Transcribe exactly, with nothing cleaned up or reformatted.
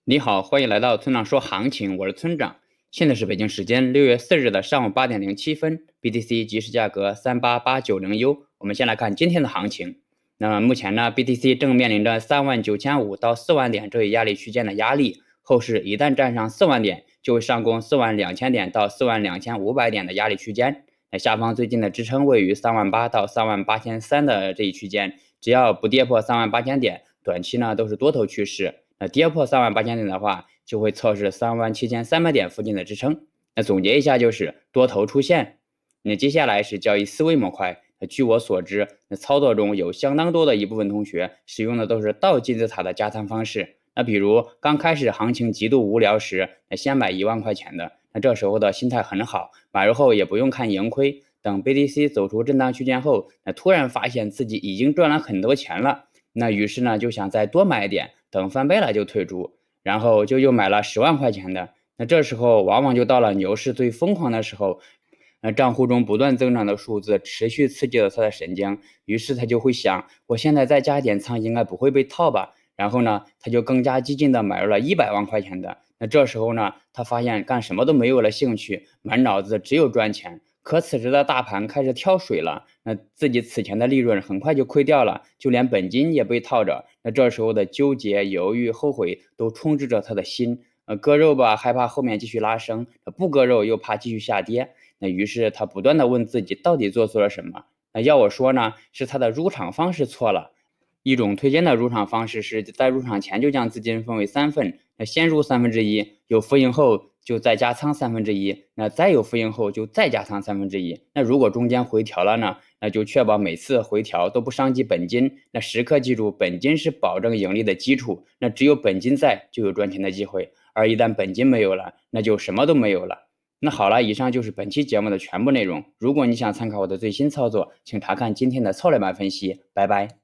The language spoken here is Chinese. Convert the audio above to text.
你好，欢迎来到村长说行情，我是村长。现在是北京时间六月四日的上午八点零七分，B T C 即时价格三八八九零 U。我们先来看今天的行情。那么目前呢，B T C 正面临着三万九千五到四万点这一压力区间的压力，后市一旦站上四万点，就会上攻四万两千点到四万两千五百点的压力区间。那下方最近的支撑位于三万八到三万八千三的这一区间，只要不跌破三万八千点，短期呢都是多头趋势。那跌破三万八千点的话，就会测试三万七千三百点附近的支撑。那总结一下就是多头出现。那接下来是交易思维模块。那据我所知，那操作中有相当多的一部分同学使用的都是倒金字塔的加仓方式。那比如刚开始行情极度无聊时，那先买一万块钱的，那这时候的心态很好，买入后也不用看盈亏。等 B T C 走出震荡区间后，那突然发现自己已经赚了很多钱了，那于是呢就想再多买一点，等翻倍了就退出。然后就又买了十万块钱的，那这时候往往就到了牛市最疯狂的时候，那账户中不断增长的数字持续刺激了他的神经，于是他就会想，我现在再加一点仓应该不会被套吧？然后呢，他就更加激进的买入了一百万块钱的。那这时候呢，他发现干什么都没有了兴趣，满脑子只有赚钱。可此时的大盘开始跳水了，那自己此前的利润很快就亏掉了，就连本金也被套着。那这时候的纠结、犹豫、后悔都充斥着他的心。呃，割肉吧，害怕后面继续拉升；不割肉又怕继续下跌。那于是他不断的问自己，到底做错了什么？那要我说呢，是他的入场方式错了。一种推荐的入场方式是在入场前就将资金分为三份，那先入三分之一，有浮盈后就再加仓三分之一，那再有浮盈后就再加仓三分之一。那如果中间回调了呢，那就确保每次回调都不伤及本金。那时刻记住，本金是保证盈利的基础，那只有本金在，就有赚钱的机会。而一旦本金没有了，那就什么都没有了。那好了，以上就是本期节目的全部内容。如果你想参考我的最新操作，请查看今天的策略版分析。拜拜。